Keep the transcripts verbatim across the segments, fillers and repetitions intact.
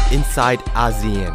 inside อาเซียน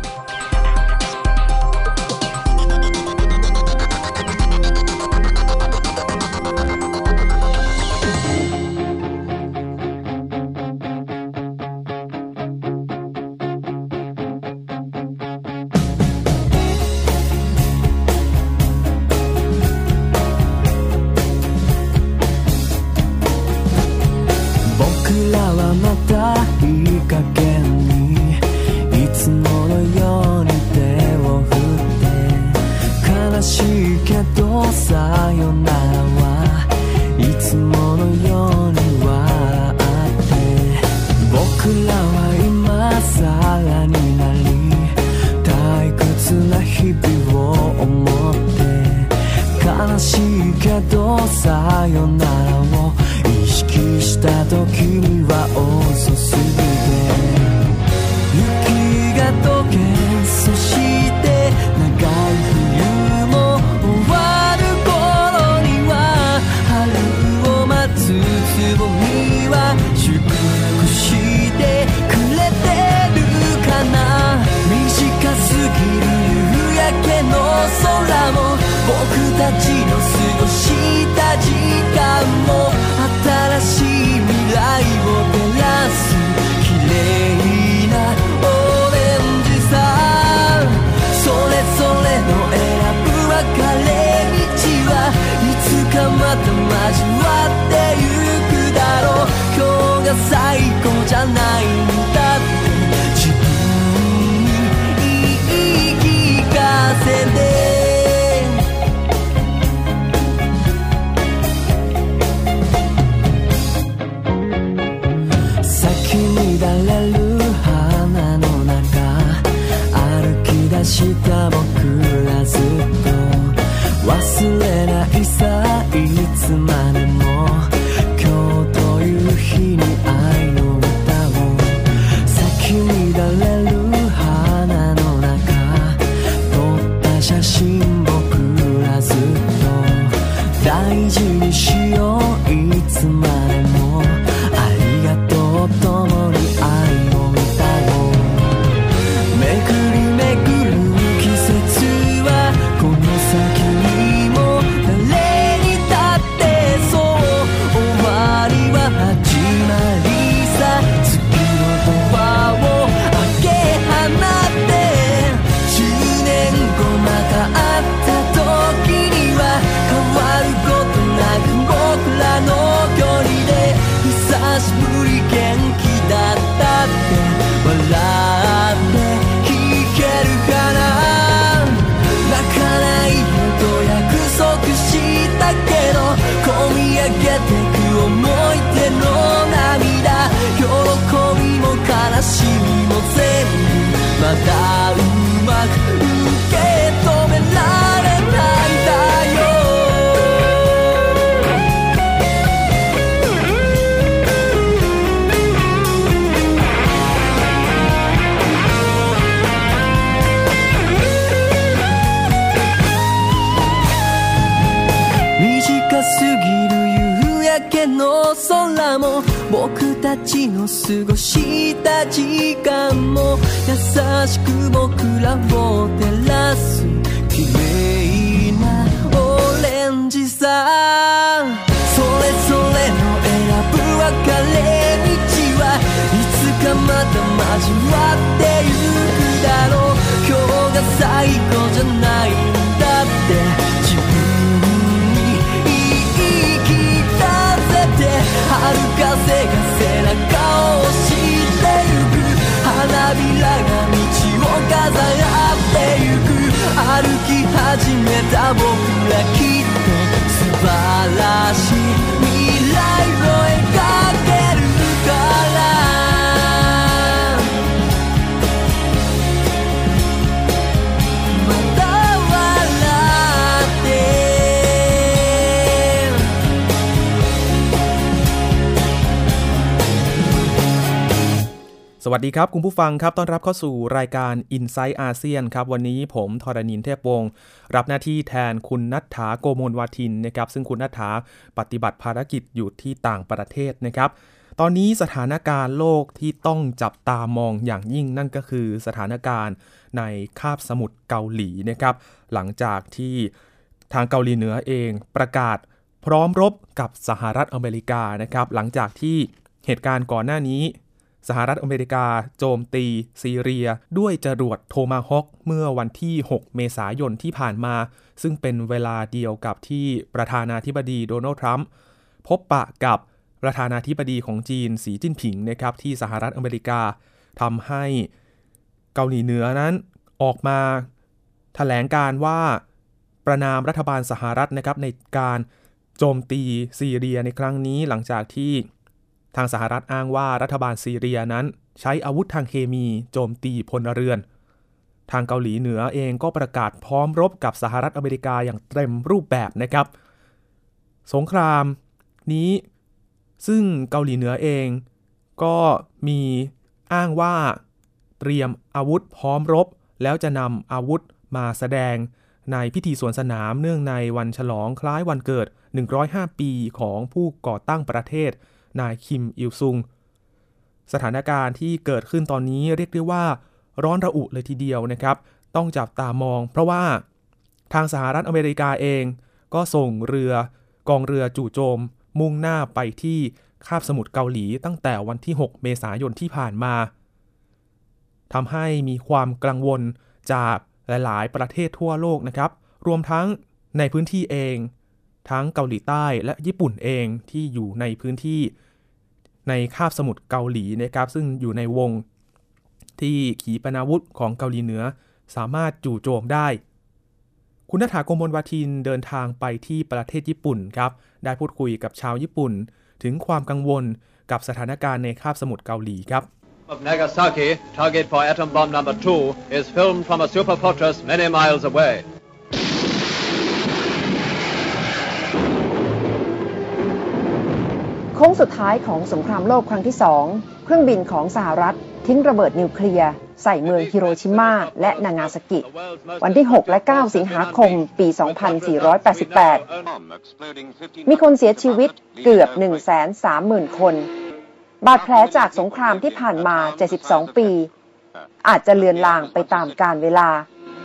สวัสดีครับคุณผู้ฟังครับต้อนรับเข้าสู่รายการ Inside อาเซียนครับวันนี้ผมธรณินทร์เทพวงศ์รับหน้าที่แทนคุณณัฐฐาโกมลวาทินนะครับซึ่งคุณณัฐฐาปฏิบัติภารกิจอยู่ที่ต่างประเทศนะครับตอนนี้สถานการณ์โลกที่ต้องจับตามองอย่างยิ่งนั่นก็คือสถานการณ์ในคาบสมุทรเกาหลีนะครับหลังจากที่ทางเกาหลีเหนือเองประกาศพร้อมรบกับสหรัฐอเมริกานะครับหลังจากที่เหตุการณ์ก่อนหน้านี้สหรัฐอเมริกาโจมตีซีเรียด้วยจรวดโทมาฮอคเมื่อวันที่หกเมษายนที่ผ่านมาซึ่งเป็นเวลาเดียวกับที่ประธานาธิบดีโดนัลด์ทรัมป์พบปะกับประธานาธิบดีของจีนสีจิ้นผิงนะครับที่สหรัฐอเมริกาทำให้เกาหลีเหนือนั้นออกมาแถลงการว่าประณามรัฐบาลสหรัฐนะครับในการโจมตีซีเรียในครั้งนี้หลังจากที่ทางสหรัฐอ้างว่ารัฐบาลซีเรียนั้นใช้อาวุธทางเคมีโจมตีพลเรือนทางเกาหลีเหนือเองก็ประกาศพร้อมรบกับสหรัฐอเมริกาอย่างเต็มรูปแบบนะครับสงครามนี้ซึ่งเกาหลีเหนือเองก็มีอ้างว่าเตรียมอาวุธพร้อมรบแล้วจะนำอาวุธมาแสดงในพิธีสวนสนามเนื่องในวันฉลองคล้ายวันเกิดหนึ่งร้อยห้าปีของผู้ก่อตั้งประเทศนายคิมอิลซุงสถานการณ์ที่เกิดขึ้นตอนนี้เรียกได้ว่าร้อนระอุเลยทีเดียวนะครับต้องจับตามองเพราะว่าทางสหรัฐอเมริกาเองก็ส่งเรือกองเรือจู่โจมมุ่งหน้าไปที่คาบสมุทรเกาหลีตั้งแต่วันที่หกเมษายนที่ผ่านมาทำให้มีความกังวลจากหลายๆประเทศทั่วโลกนะครับรวมทั้งในพื้นที่เองทั้งเกาหลีใต้และญี่ปุ่นเองที่อยู่ในพื้นที่ในคาบสมุทรเกาหลีนะครับซึ่งอยู่ในวงที่ขีปนาวุธของเกาหลีเหนือสามารถจู่โจมได้คุณณฐา โกมลวาทินเดินทางไปที่ประเทศญี่ปุ่นครับได้พูดคุยกับชาวญี่ปุ่นถึงความกังวลกับสถานการณ์ในคาบสมุทรเกาหลีครับ of Nagasaki, target for atom bomb number two, is filmed from a super fortress many miles away. โค้งสุดท้ายของสงครามโลกครั้งที่สองเครื่องบินของสหรัฐทิ้งระเบิดนิวเคลียร์ใส่เมืองฮิโรชิมาและนางาซากิวันที่หกและเก้าสิงหาคมปีสองพันสี่ร้อยแปดสิบแปดมีคนเสียชีวิตเกือบ หนึ่งแสนสามหมื่น คนบาดแผลจากสงครามที่ผ่านมาเจ็ดสิบสองปีอาจจะเลือนลางไปตามกาลเวลา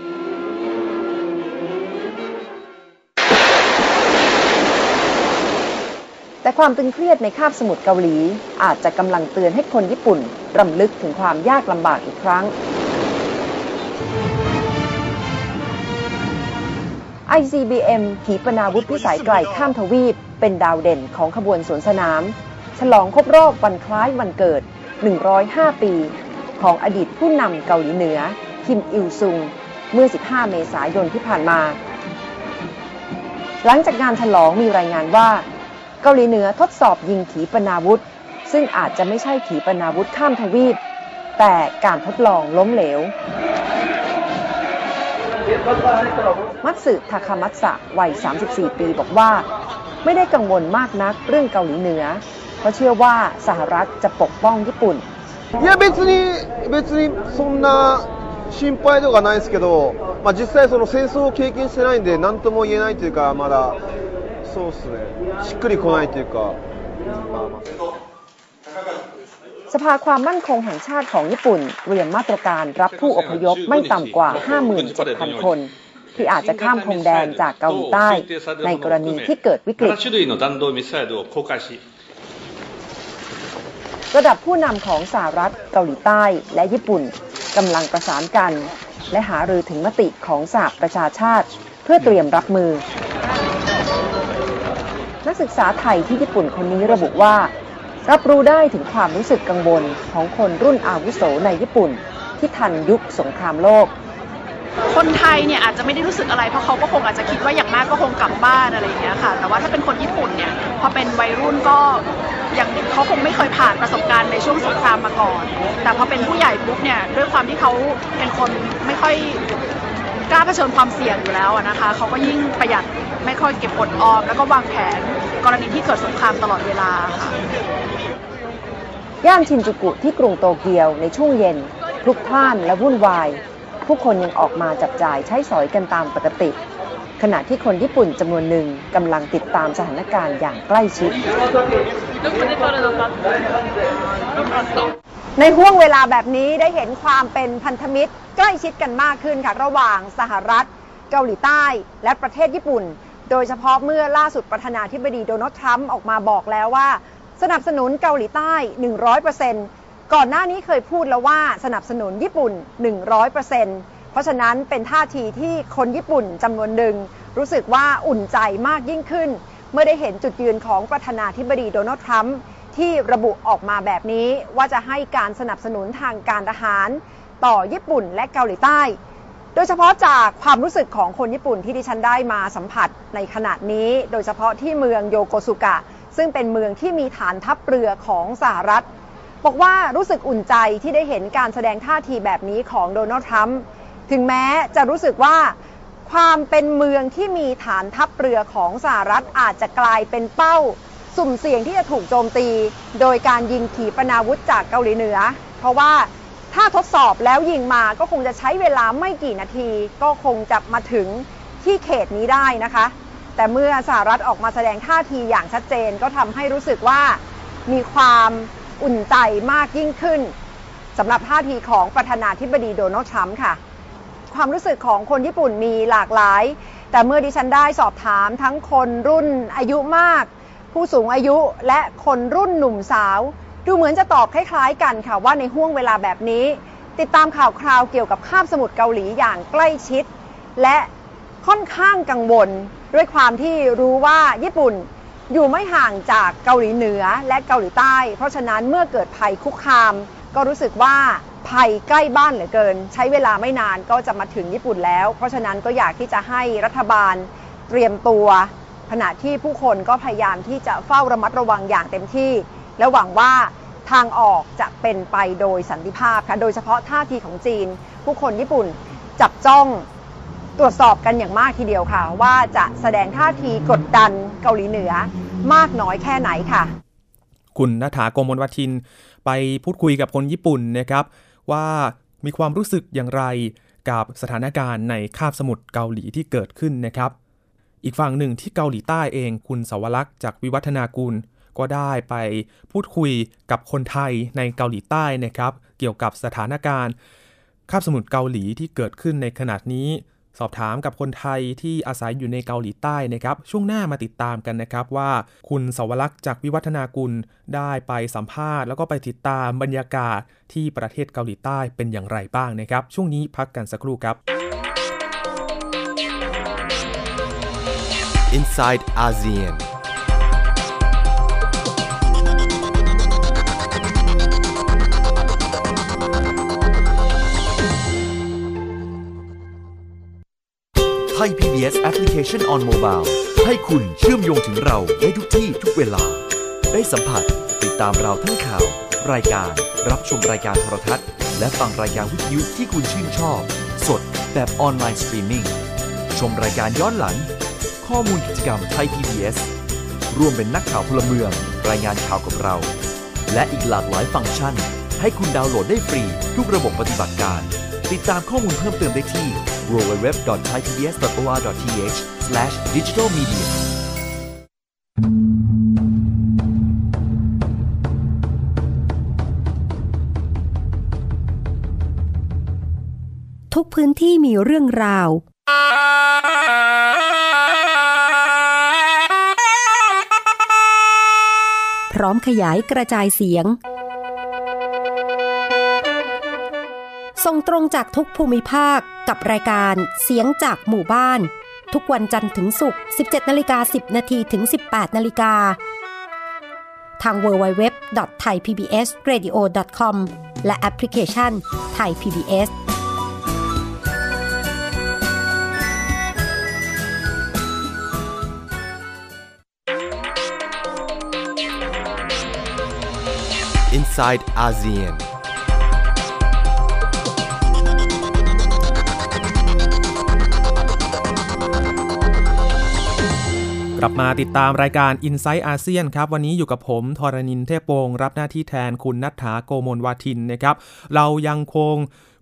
แต่ความตึงเครียดในคาบสมุทรเกาหลีอาจจะกำลังเตือนให้คนญี่ปุ่นรำลึกถึงความยากลำบากอีกครั้ง ไอ ซี บี เอ็ม ขีปนาวุธพิสัยไกลข้ามทวีปเป็นดาวเด่นของขบวนสวนสนามฉลองครบรอบวันคล้ายวันเกิดหนึ่งร้อยห้าปีของอดีตผู้นำเกาหลีเหนือคิมอิลซุงเมื่อสิบห้าเมษายนที่ผ่านมาหลังจากงานฉลองมีรายงานว่าเกาหลีเหนือทดสอบยิงขีปนาวุธซึ่งอาจจะไม่ใช่ขีปนาวุธข้ามทวีปแต่การทดลองล้มเหลวมัตสึทาคามัตสะวัยสามสิบสี่ปีบอกว่าไม่ได้กังวลมากนักเรื่องเกาหลีเหนือเพราะเชื่อว่าสหรัฐจะปกป้องญี่ปุ่นいや別に別にそんな心配とかないですけど、まあ実際その戦争を経験してないんで何とも言えないというかまだそうですねしっくりこないというかสภาความมั่นคงแห่งชาติของญี่ปุ่นเตรียมมาตรการรับผู้อพยพไม่ต่ำกว่า ห้าหมื่นเจ็ดพัน คนที่อาจจะข้ามพรมแดนจากเกาหลีใต้ในกรณีที่เกิดวิกฤตระดับผู้นำของสหรัฐเกาหลีใต้และญี่ปุ่นกำลังประสานกันและหารือถึงมติของสหประชาชาติเพื่อเตรียมรับมือนักศึกษาไทยที่ญี่ปุ่นคนนี้ระบุว่ารับรู้ได้ถึงความรู้สึกกังวลของคนรุ่นอาวุโสในญี่ปุ่นที่ทันยุคสงครามโลกคนไทยเนี่ยอาจจะไม่ได้รู้สึกอะไรเพราะเขาก็คงอาจจะคิดว่าอย่างมากก็คงกลับบ้านอะไรอย่างเงี้ยค่ะแต่ว่าถ้าเป็นคนญี่ปุ่นเนี่ยพอเป็นวัยรุ่นก็อย่างเขาคงไม่เคยผ่านประสบการณ์ในช่วงสงครามมาก่อนแต่พอเป็นผู้ใหญ่ปุ๊บเนี่ยด้วยความที่เขาเป็นคนไม่ค่อยกล้าเผชิญความเสี่ยงอยู่แล้วนะคะเขาก็ยิ่งประหยัดไม่ค่อยเก็บอดออมแล้วก็วางแผนกรณีที่เกิดสงครามตลอดเวลาค่ะย่านชินจูกุที่กรุงโตเกียวในช่วงเย็นพลุกพล่านและวุ่นวายผู้คนยังออกมาจับจ่ายใช้สอยกันตามปกติขณะที่คนญี่ปุ่นจำนวนหนึ่งกำลังติดตามสถานการณ์อย่างใกล้ชิดในห่วงเวลาแบบนี้ได้เห็นความเป็นพันธมิตรใกล้ชิดกันมากขึ้นค่ะระหว่างสหรัฐเกาหลีใต้และประเทศญี่ปุ่นโดยเฉพาะเมื่อล่าสุดประธานาธิบดีโดนัลด์ทรัมป์ออกมาบอกแล้วว่าสนับสนุนเกาหลีใต้ หนึ่งร้อยเปอร์เซ็นต์ ก่อนหน้านี้เคยพูดแล้วว่าสนับสนุนญี่ปุ่น หนึ่งร้อยเปอร์เซ็นต์ เพราะฉะนั้นเป็นท่าทีที่คนญี่ปุ่นจำนวนหนึ่งรู้สึกว่าอุ่นใจมากยิ่งขึ้นเมื่อได้เห็นจุดยืนของประธานาธิบดีโดนัลด์ทรัมป์ที่ระบุออกมาแบบนี้ว่าจะให้การสนับสนุนทางการทหารต่อญี่ปุ่นและเกาหลีใต้โดยเฉพาะจากความรู้สึกของคนญี่ปุ่นที่ดิฉันได้มาสัมผัสในขณะนี้โดยเฉพาะที่เมืองโยโกสุกะซึ่งเป็นเมืองที่มีฐานทัพเรือของสหรัฐบอกว่ารู้สึกอุ่นใจที่ได้เห็นการแสดงท่าทีแบบนี้ของโดนัลด์ทรัมป์ถึงแม้จะรู้สึกว่าความเป็นเมืองที่มีฐานทัพเรือของสหรัฐอาจจะกลายเป็นเป้าสุ่มเสี่ยงที่จะถูกโจมตีโดยการยิงขีปนาวุธจากเกาหลีเหนือเพราะว่าถ้าทดสอบแล้วยิงมาก็คงจะใช้เวลาไม่กี่นาทีก็คงจะมาถึงที่เขตนี้ได้นะคะแต่เมื่อสหรัฐออกมาแสดงท่าทีอย่างชัดเจนก็ทำให้รู้สึกว่ามีความอุ่นใจมากยิ่งขึ้นสำหรับท่าทีของประธานาธิบดีโดนัลด์ทรัมป์ค่ะความรู้สึกของคนญี่ปุ่นมีหลากหลายแต่เมื่อดิฉันได้สอบถามทั้งคนรุ่นอายุมากผู้สูงอายุและคนรุ่นหนุ่มสาวดูเหมือนจะตอบคล้ายๆกันค่ะว่าในห่วงเวลาแบบนี้ติดตามข่าวคราวเกี่ยวกับคาบสมุทรเกาหลีอย่างใกล้ชิดและค่อนข้างกังวลด้วยความที่รู้ว่าญี่ปุ่นอยู่ไม่ห่างจากเกาหลีเหนือและเกาหลีใต้เพราะฉะนั้นเมื่อเกิดภัยคุกคามก็รู้สึกว่าภัยใกล้บ้านเหลือเกินใช้เวลาไม่นานก็จะมาถึงญี่ปุ่นแล้วเพราะฉะนั้นก็อยากที่จะให้รัฐบาลเตรียมตัวขณะที่ผู้คนก็พยายามที่จะเฝ้าระมัดระวังอย่างเต็มที่และหวังว่าทางออกจะเป็นไปโดยสันติภาพค่ะโดยเฉพาะท่าทีของจีนผู้คนญี่ปุ่นจับจ้องตรวจสอบกันอย่างมากทีเดียวค่ะว่าจะแสดงท่าทีกดดันเกาหลีเหนือมากน้อยแค่ไหนค่ะคุณณฐา โกมลวัฒน์ไปพูดคุยกับคนญี่ปุ่นนะครับว่ามีความรู้สึกอย่างไรกับสถานการณ์ในคาบสมุทรเกาหลีที่เกิดขึ้นนะครับอีกฝั่งหนึ่งที่เกาหลีใต้เองคุณสวรักษ์จากวิวัฒนากุลก็ได้ไปพูดคุยกับคนไทยในเกาหลีใต้นะครับเกี่ยวกับสถานการณ์คาบสมุทรเกาหลีที่เกิดขึ้นในขณะนี้สอบถามกับคนไทยที่อาศัยอยู่ในเกาหลีใต้นะครับช่วงหน้ามาติดตามกันนะครับว่าคุณสวรักษ์จากวิวัฒนากุลได้ไปสัมภาษณ์แล้วก็ไปติดตามบรรยากาศที่ประเทศเกาหลีใต้เป็นอย่างไรบ้างนะครับช่วงนี้พักกันสักครู่ครับ Inside อาเซียนไทย พี บี เอส Application on Mobile ให้คุณเชื่อมโยงถึงเราได้ทุกที่ทุกเวลาได้สัมผัสติดตามเราทั้งข่าวรายการรับชมรายการโทรทัศน์และฟังรายการวิทยุที่คุณชื่นชอบสดแบบออนไลน์สตรีมมิ่งชมรายการย้อนหลังข้อมูลกิจกรรมไทย พี บี เอส ร่วมเป็นนักข่าวพลเมืองรายงานข่าวกับเราและอีกหลากหลายฟังก์ชันให้คุณดาวน์โหลดได้ฟรีทุกระบบปฏิบัติการติดตามข้อมูลเพิ่มเติมได้ที่ ดับเบิลยู ดับเบิลยู ดับเบิลยู ดอท ไทย พี บี เอส ดอท โอ อาร์ ดอท ที เอช สแลช ดิจิทัล มีเดียทุกพื้นที่มีเรื่องราวพร้อมขยายกระจายเสียงส่งตรงจากทุกภูมิภาคกับรายการเสียงจากหมู่บ้านทุกวันจันทร์ถึงศุกร์ สิบเจ็ดนาฬิกาสิบนาทีถึง สิบแปดนาฬิกาทาง ดับเบิลยู ดับเบิลยู ดับเบิลยู ดอท ไทย พี บี เอส เรดิโอ ดอท คอม และแอปพลิเคชัน Thai พี บี เอส Inside อาเซียนกลับมาติดตามรายการ Inside อาเซียนครับวันนี้อยู่กับผมธรณินทร์เทพวงศ์รับหน้าที่แทนคุณณฐา โกมลวัฒน์นะครับเรายังคง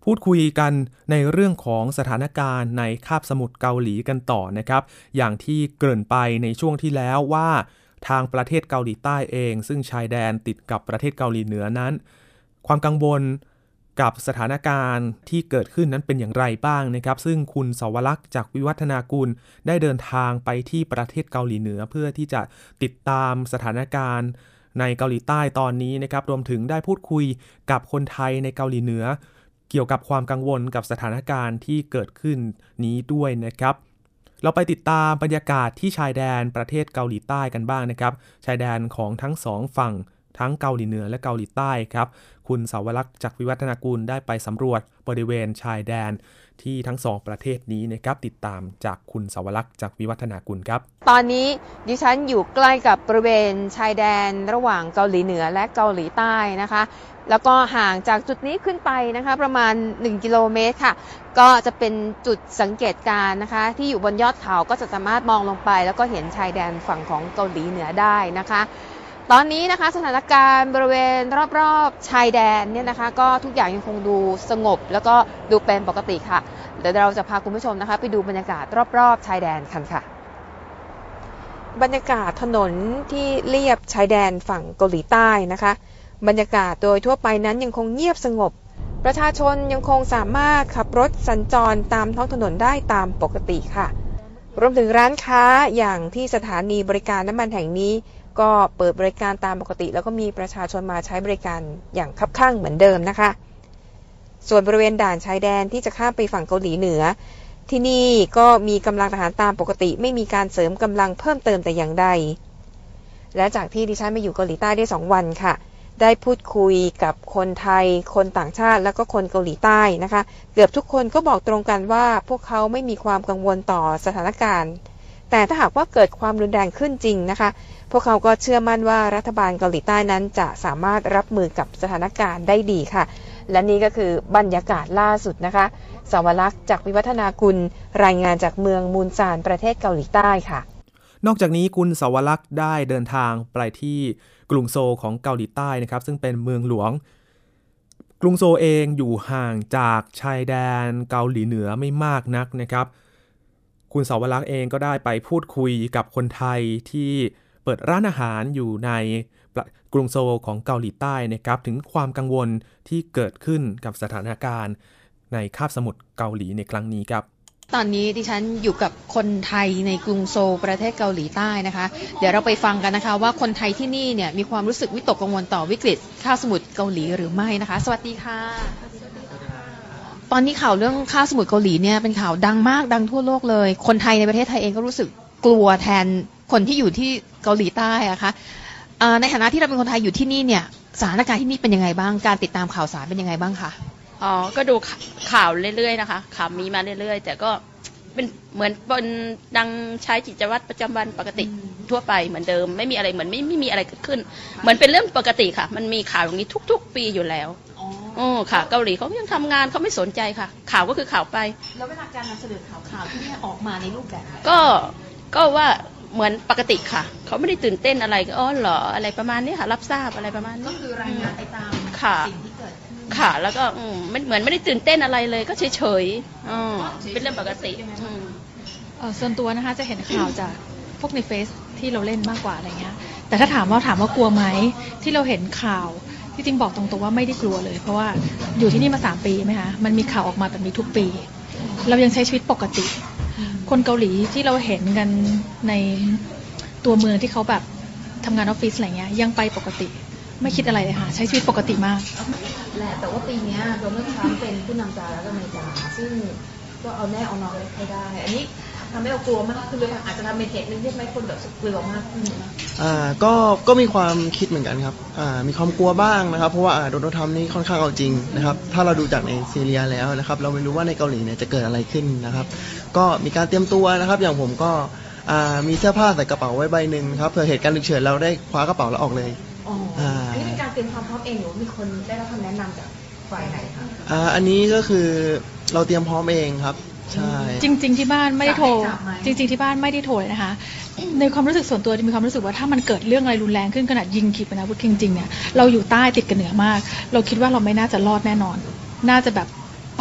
พูดคุยกันในเรื่องของสถานการณ์ในคาบสมุทรเกาหลีกันต่อนะครับอย่างที่เกริ่นไปในช่วงที่แล้วว่าทางประเทศเกาหลีใต้เองซึ่งชายแดนติดกับประเทศเกาหลีเหนือนั้นความกังวลกับสถานการณ์ที่เกิดขึ้นนั้นเป็นอย่างไรบ้างนะครับซึ่งคุณสวรักษ์จากวิวัฒนากุลได้เดินทางไปที่ประเทศเกาหลีเหนือเพื่อที่จะติดตามสถานการณ์ในเกาหลีใต้ตอนนี้นะครับรวมถึงได้พูดคุยกับคนไทยในเกาหลีเหนือเกี่ยวกับความกังวลกับสถานการณ์ที่เกิดขึ้นนี้ด้วยนะครับเราไปติดตามบรรยากาศที่ชายแดนประเทศเกาหลีใต้กันบ้างนะครับชายแดนของทั้งสองฝั่งทั้งเกาหลีเหนือและเกาหลีใต้ครับคุณสาวรักษ์จากวิวัฒนากุลได้ไปสำรวจบริเวณชายแดนที่ทั้งสองประเทศนี้นะครับติดตามจากคุณสาวรักษ์จากวิวัฒนากุลครับตอนนี้ดิฉันอยู่ใกล้กับบริเวณชายแดนระหว่างเกาหลีเหนือและเกาหลีใต้นะคะแล้วก็ห่างจากจุดนี้ขึ้นไปนะคะประมาณหนึ่งกิโลเมตรค่ะก็จะเป็นจุดสังเกตการณ์นะคะที่อยู่บนยอดเขาก็จะสามารถมองลงไปแล้วก็เห็นชายแดนฝั่งของเกาหลีเหนือได้นะคะตอนนี้นะคะสถานการณ์บริเวณรอบๆชายแดนเนี่ยนะคะก็ทุกอย่างยังคงดูสงบแล้วก็ดูเป็นปกติค่ะเดี๋ยวเราจะพาคุณผู้ชมนะคะไปดูบรรยากาศรอบๆชายแดนกันค่ะบรรยากาศถนนที่เลียบชายแดนฝั่งเกาหลีใต้นะคะบรรยากาศโดยทั่วไปนั้นยังคงเงียบสงบประชาชนยังคงสามารถขับรถสัญจรตามท้องถนนได้ตามปกติค่ะรวมถึงร้านค้าอย่างที่สถานีบริการน้ำมันแห่งนี้ก็เปิดบริการตามปกติแล้วก็มีประชาชนมาใช้บริการอย่างคับคั่งเหมือนเดิมนะคะส่วนบริเวณด่านชายแดนที่จะข้ามไปฝั่งเกาหลีเหนือที่นี่ก็มีกำลังทหารตามปกติไม่มีการเสริมกำลังเพิ่มเติมแต่อย่างใดและจากที่ดิฉันมาอยู่เกาหลีใต้ได้สองวันค่ะได้พูดคุยกับคนไทยคนต่างชาติแล้วก็คนเกาหลีใต้นะคะเกือบทุกคนก็บอกตรงกันว่าพวกเขาไม่มีความกังวลต่อสถานการณ์แต่ถ้าหากว่าเกิดความรุนแรงขึ้นจริงนะคะพวกเขาก็เชื่อมั่นว่ารัฐบาลเกาหลีใต้นั้นจะสามารถรับมือกับสถานการณ์ได้ดีค่ะและนี่ก็คือบรรยากาศล่าสุดนะคะสาวรักษ์จากวิวัฒนากุลรายงานจากเมืองมูลซานประเทศเกาหลีใต้ค่ะนอกจากนี้คุณสาวรักษ์ได้เดินทางไปที่กรุงโซลของเกาหลีใต้นะครับซึ่งเป็นเมืองหลวงกรุงโซลเองอยู่ห่างจากชายแดนเกาหลีเหนือไม่มากนักนะครับคุณสาวรักษ์เองก็ได้ไปพูดคุยกับคนไทยที่เปิดร้านอาหารอยู่ในกรุงโซลของเกาหลีใต้นะครับถึงความกังวลที่เกิดขึ้นกับสถานการณ์ในคาบสมุทรเกาหลีในครั้งนี้ครับตอนนี้ดิฉันอยู่กับคนไทยในกรุงโซลประเทศเกาหลีใต้นะคะเดี๋ยวเราไปฟังกันนะคะว่าคนไทยที่นี่เนี่ยมีความรู้สึกวิตกกังวลต่อวิกฤตคาบสมุทรเกาหลีหรือไม่นะคะสวัสดีค่ะตอนนี้ข่าวเรื่องคาบสมุทรเกาหลีเนี่ยเป็นข่าวดังมากดังทั่วโลกเลยคนไทยในประเทศไทยเองก็รู้สึกกลัวแทนคนที่อยู่ที่เกาหลีใต้อะคะในฐานะที่เราเป็นคนไทยอยู่ที่นี่เนี่ยสถานการณ์ที่นี่เป็นยังไงบ้างการติดตามข่าวสารเป็นยังไงบ้างคะอ๋อก็ดูข่าวเรื่อยๆนะคะข่าวมีมาเรื่อยๆแต่ก็เป็นเหมือนเป็นดังใช้กิจวัตรประจำวันปกติทั่วไปเหมือนเดิมไม่มีอะไรเหมือนไม่ไม่มีอะไรเกิดขึ้นเหมือนเป็นเรื่องปกติค่ะมันมีข่าวอย่างนี้ทุกๆปีอยู่แล้วอ๋อค่ะเกาหลีเขายังทำงานเขาไม่สนใจค่ะข่าวก็คือข่าวไปแล้วเวลาการนำเสนอข่าวข่าวที่นี่ออกมาในรูปแบบก็ก็ว่าเหมือนปกติค่ะเขาไม่ได้ตื่นเต้นอะไรก็อ๋อเหรออะไรประมาณนี้ค่ะรับทราบอะไรประมาณนี้ก็คือรายงานไปตามสิ่งที่เกิดค่ะแล้วก็มันเหมือนไม่ได้ตื่นเต้นอะไรเลยก็เฉยๆอ๋อเป็นเรื่องปกติส่วนตัวนะคะจะเห็นข่าวจากพวกในเฟซที่เราเล่นมากกว่าอะไรเงี้ยแต่ถ้าถามว่าถามว่ากลัวไหมที่เราเห็นข่าวที่จริงบอกตรงๆว่าไม่ได้กลัวเลยเพราะว่าอยู่ที่นี่มาสามปีไหมคะมันมีข่าวออกมาแบบนี้ทุกปีเรายังใช้ชีวิตปกติคนเกาหลีที่เราเห็นกันในตัวเมืองที่เขาแบบทำงานออฟฟิศอะไรเงี้ยยังไปปกติไม่คิดอะไรเลยค่ะใช้ชีวิตปกติมากแหละแต่ว่าปีนี้โดนัลด์ทรัมป์เป็นผู้นำสหรัฐอเมริกาซึ่งก็เอาแน่เอานอนไม่ได้อันนี้ทำให้เรากลัวมากขึ้นเลยอาจจะทำเป็นเหตุหนึ่งที่ทำให้คนแบบกลัวมากขึ้นอ่าก็ก็มีความคิดเหมือนกันครับอ่ามีความกลัวบ้างนะครับเพราะว่าโดนัลด์ทรัมป์นี่ค่อนข้างเอาจริงนะครับถ้าเราดูจากในซีเรียแล้วนะครับเราไม่รู้ว่าในเกาหลีเนี่ยจะเกิดอะไรขึ้นนะครับก็มีการเตรียมตัวนะครับอย่างผมก็อ่ามีเสื้อผ้าใส่กระเป๋าไว้ใบหนึ่งครับเผื่อเหตุการณ์ฉุกเฉินเราได้คว้ากระเป๋าแล้วออกเลยอ๋ออันนี้เป็นการเตรียมความพร้อมเองหรือมีคนได้รับคำแนะนำจากฝ่ายไหนคะอ่าอันนี้ก็คือเราเตรียมพร้อมเองครับใช่จริงๆที่บ้านไม่ได้โทรจริงๆที่บ้านไม่ได้โทรเลยนะคะในความรู้สึกส่วนตัวมีความรู้สึกว่าถ้ามันเกิดเรื่องอะไรรุนแรงขึ้นขนาดยิงขีปนาวุธจริงๆเนี่ยเราอยู่ใต้ติดกับเหนือมากเราคิดว่าเราไม่น่าจะรอดแน่นอนน่าจะแบบไป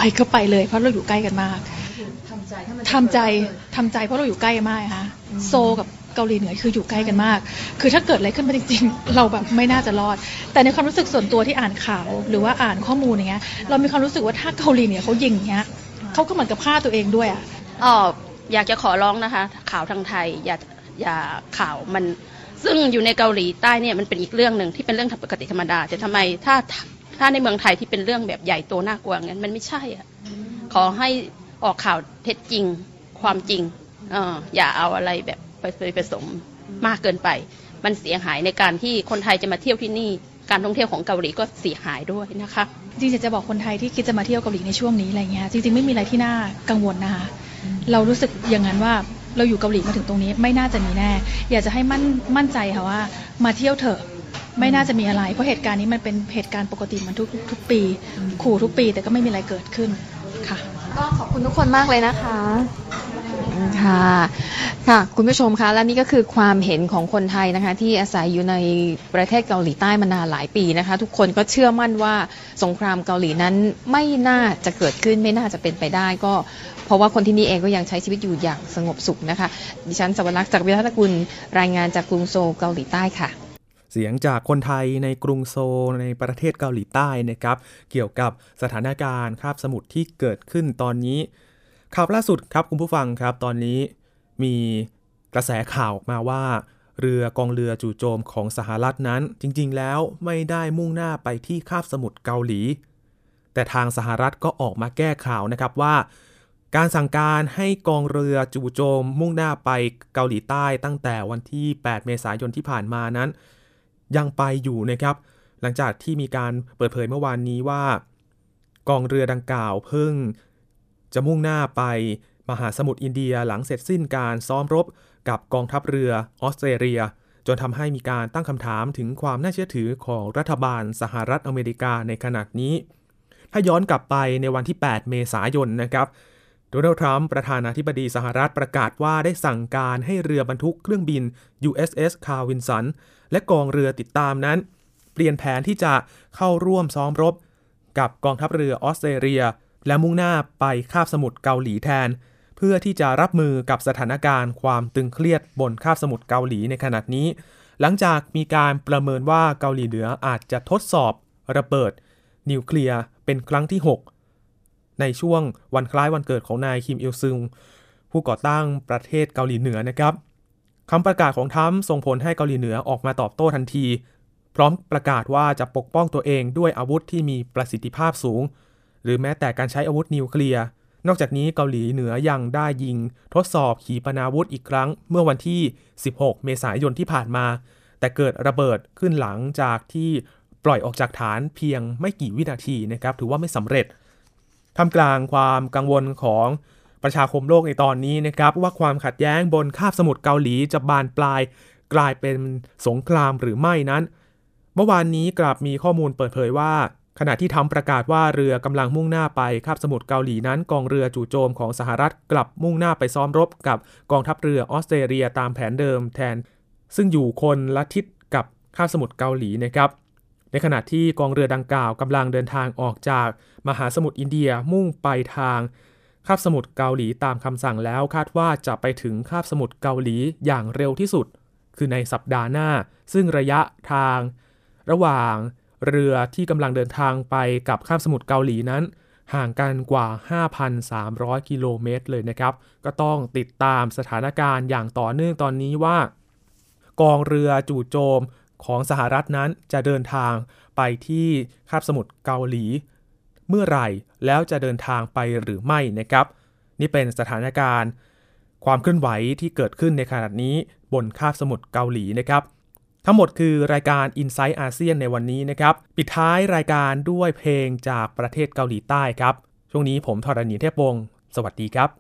ก็ไปเลยเพราะเราอยู่ใกล้กันมากทำใจทำใจทำใจเพราะเราอยู่ใกล้กันมากค่ะโซกับเกาหลีเหนือคืออยู่ใกล้กันมากคือถ้าเกิดอะไรขึ้นมาจริงๆเราแบบไม่น่าจะรอดแต่ในความรู้สึกส่วนตัวที่อ่านข่าวหรือว่าอ่านข้อมูลอย่างเงี้ยเรามีความรู้สึกว่าถ้าเกาหลีเหนือเขายิงอย่างเงี้ยเขาก็เหมือนกับฆ่าตัวเองด้วยอ่ะอ๋ออยากจะขอร้องนะคะข่าวทางไทยอย่าอย่าข่าวมันซึ่งอยู่ในเกาหลีใต้เนี่ยมันเป็นอีกเรื่องหนึ่งที่เป็นเรื่องปกติธรรมดาแต่ทำไมถ้าถ้าในเมืองไทยที่เป็นเรื่องแบบใหญ่โตน่ากลัวงั้นมันไม่ใช่อ่ะขอให้ออกข่าวเท็จจริงความจริงเอออย่าเอาอะไรแบบไปผสมมากเกินไปมันเสียหายในการที่คนไทยจะมาเที่ยวที่นี่การท่องเที่ยวของเกาหลีก็เสียหายด้วยนะคะจริงๆจะบอกคนไทยที่คิดจะมาเที่ยวเกาหลีในช่วงนี้อะไรเงี้ยจริงๆไม่มีอะไรที่น่ากังวลนะคะเรารู้สึกอย่างนั้นว่าเราอยู่เกาหลีมาถึงตรงนี้ไม่น่าจะมีแน่อยากจะให้มั่นมั่นใจค่ะว่ามาเที่ยวเถอะไม่น่าจะมีอะไรเพราะเหตุการณ์นี้มันเป็นเหตุการณ์ปกติเหมือนทุกทุกปีขู่ทุกปีแต่ก็ไม่มีอะไรเกิดขึ้นค่ะก็ขอบคุณทุกคนมากเลยนะคะค่ะค่ะคุณผู้ชมคะและนี่ก็คือความเห็นของคนไทยนะคะที่อาศัยอยู่ในประเทศเกาหลีใต้มานานหลายปีนะคะทุกคนก็เชื่อมั่นว่าสงครามเกาหลีนั้นไม่น่าจะเกิดขึ้นไม่น่าจะเป็นไปได้ก็เพราะว่าคนที่นี่เองก็ยังใช้ชีวิตอยู่อย่างสงบสุขนะคะดิฉันสวรักษ์จากวิทยากุลรายงานจากกรุงโซลเกาหลีใต้ค่ะเสียงจากคนไทยในกรุงโซลในประเทศเกาหลีใต้นะครับเกี่ยวกับสถานการณ์คาบสมุทรที่เกิดขึ้นตอนนี้ข่าวล่าสุดครับคุณผู้ฟังครับตอนนี้มีกระแสข่าวออกมาว่าเรือกองเรือจู่โจมของสหรัฐนั้นจริงๆแล้วไม่ได้มุ่งหน้าไปที่คาบสมุทรเกาหลีแต่ทางสหรัฐก็ออกมาแก้ข่าวนะครับว่าการสั่งการให้กองเรือจู่โจมมุ่งหน้าไปเกาหลีใต้ตั้งแต่วันที่แปดเมษายนที่ผ่านมานั้นยังไปอยู่นะครับหลังจากที่มีการเปิดเผยเมื่อวานนี้ว่ากองเรือดังกล่าวเพิ่งจะมุ่งหน้าไปมหาสมุทรอินเดียหลังเสร็จสิ้นการซ้อมรบกับกองทัพเรือออสเตรเลียจนทำให้มีการตั้งคำถามถึงความน่าเชื่อถือของรัฐบาลสหรัฐอเมริกาในขณะนี้ถ้าย้อนกลับไปในวันที่แปดเมษายนนะครับโดนัลด์ทรัมป์ประธานาธิบดีสหรัฐประกาศว่าได้สั่งการให้เรือบรรทุกเครื่องบิน ยู เอส เอส Carl Vinson และกองเรือติดตามนั้นเปลี่ยนแผนที่จะเข้าร่วมซ้อมรบกับกองทัพเรือออสเตรเลียและมุ่งหน้าไปคาบสมุทรเกาหลีแทนเพื่อที่จะรับมือกับสถานการณ์ความตึงเครียดบนคาบสมุทรเกาหลีในขณะนี้หลังจากมีการประเมินว่าเกาหลีเหนืออาจจะทดสอบระเบิดนิวเคลียร์เป็นครั้งที่หกในช่วงวันคล้ายวันเกิดของนายคิมอิลซุงผู้ก่อตั้งประเทศเกาหลีเหนือนะครับคำประกาศของทรัมป์ส่งผลให้เกาหลีเหนือออกมาตอบโต้ทันทีพร้อมประกาศว่าจะปกป้องตัวเองด้วยอาวุธที่มีประสิทธิภาพสูงหรือแม้แต่การใช้อาวุธนิวเคลียร์นอกจากนี้เกาหลีเหนือยังได้ยิงทดสอบขีปนาวุธอีกครั้งเมื่อวันที่สิบหกเมษายนที่ผ่านมาแต่เกิดระเบิดขึ้นหลังจากที่ปล่อยออกจากฐานเพียงไม่กี่วินาทีนะครับถือว่าไม่สำเร็จท่ามกลางความกังวลของประชาคมโลกในตอนนี้นะครับว่าความขัดแย้งบนคาบสมุทรเกาหลีจะบานปลายกลายเป็นสงครามหรือไม่นั้นเมื่อวานนี้กลับมีข้อมูลเปิดเผยว่าขณะที่ทรัมป์ประกาศว่าเรือกำลังมุ่งหน้าไปคาบสมุทรเกาหลีนั้นกองเรือจู่โจมของสหรัฐกลับมุ่งหน้าไปซ้อมรบกับกองทัพเรือออสเตรเลียตามแผนเดิมแทนซึ่งอยู่คนละทิศกับคาบสมุทรเกาหลีนะครับในขณะที่กองเรือดังกล่าวกำลังเดินทางออกจากมหาสมุทรอินเดียมุ่งไปทางคาบสมุทรเกาหลีตามคำสั่งแล้วคาดว่าจะไปถึงคาบสมุทรเกาหลีอย่างเร็วที่สุดคือในสัปดาห์หน้าซึ่งระยะทางระหว่างเรือที่กำลังเดินทางไปกับคาบสมุทรเกาหลีนั้นห่างกันกว่า ห้าพันสามร้อย กิโลเมตรเลยนะครับก็ต้องติดตามสถานการณ์อย่างต่อเนื่องตอนนี้ว่ากองเรือจู่โจมของสหรัฐนั้นจะเดินทางไปที่คาบสมุทรเกาหลีเมื่อไหร่แล้วจะเดินทางไปหรือไม่นะครับนี่เป็นสถานการณ์ความเคลื่อนไหวที่เกิดขึ้นในขณะนี้บนคาบสมุทรเกาหลีนะครับทั้งหมดคือรายการ Inside อาเซียนในวันนี้นะครับปิดท้ายรายการด้วยเพลงจากประเทศเกาหลีใต้ครับช่วงนี้ผมธรณีเทพวงศ์สวัสดีครับ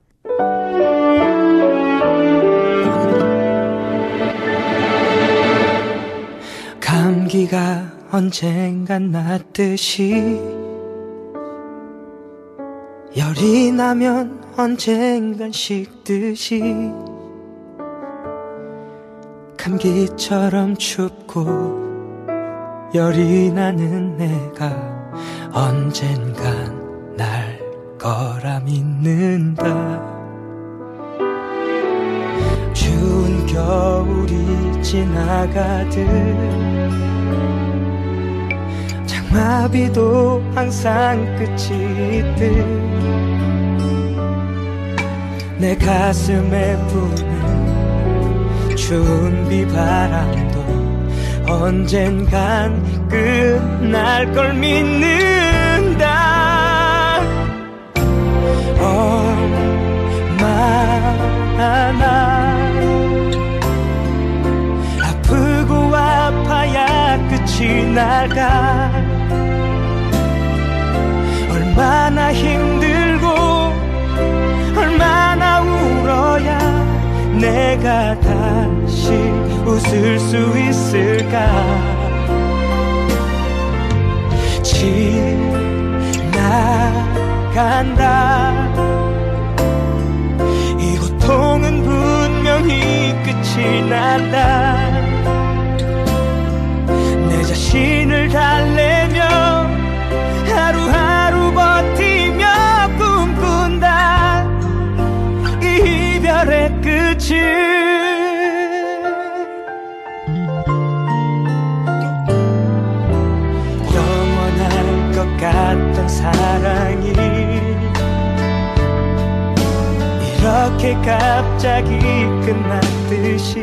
감기처럼춥고열이나는내가언젠간날것 거라 믿는다 추운 겨울이 지나가듯 장마비도 항상 끝이 있듯 내 가슴에 부는 추운 비바람도 언젠간 끝날 걸 믿는다 얼마나 아프고 아파야 끝이 날까 얼마나 힘들고 얼마나 울어야 내가 다시 웃을 수 있을까 지나간다 이 고통은 분명히 끝이 난다 내 자신을 달래며 하루하루 버티며 꿈꾼다 이 이별의 끝을 영원할 것 같던 사랑이 이렇게 갑자기 끝났듯이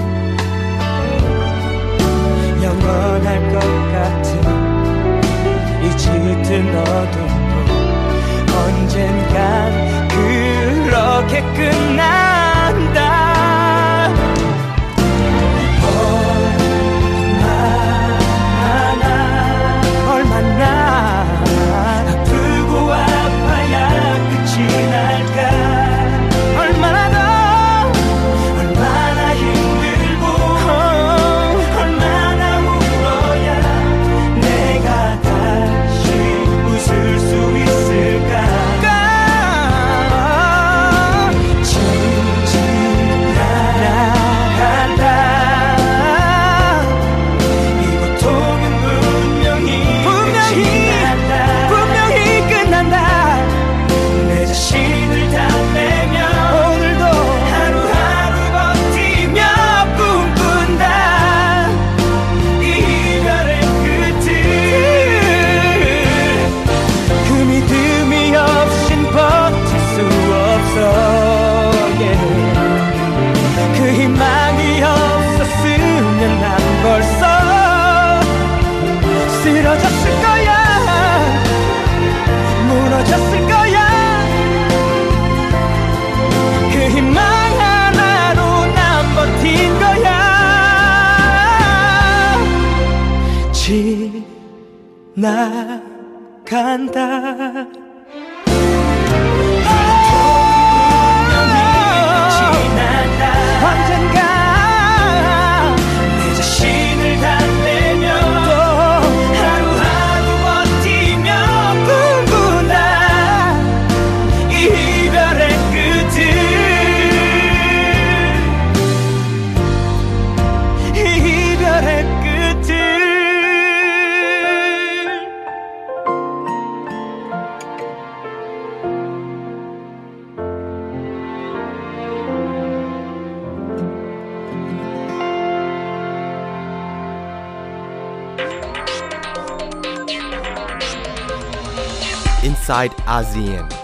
영원할 것 같은 이 짙은 어둠도 언젠간 그렇게 끝난다 얼마나 얼마나 아프고 아파야 끝이 날까 얼마나 더 얼마나 힘들고 얼마나 울어야 내가 다시 웃을 수 있을까 그 희망이 없었으면 난 벌써 쓰러졌을 거야 무너졌을 거야 그 희망 하나로 난 버틴 거야 지나간다 언젠가 내 자신을 달래며 또 하루하루 버티며 꿈꾼다 이별의 끝을 이별의 끝을 Inside ASEAN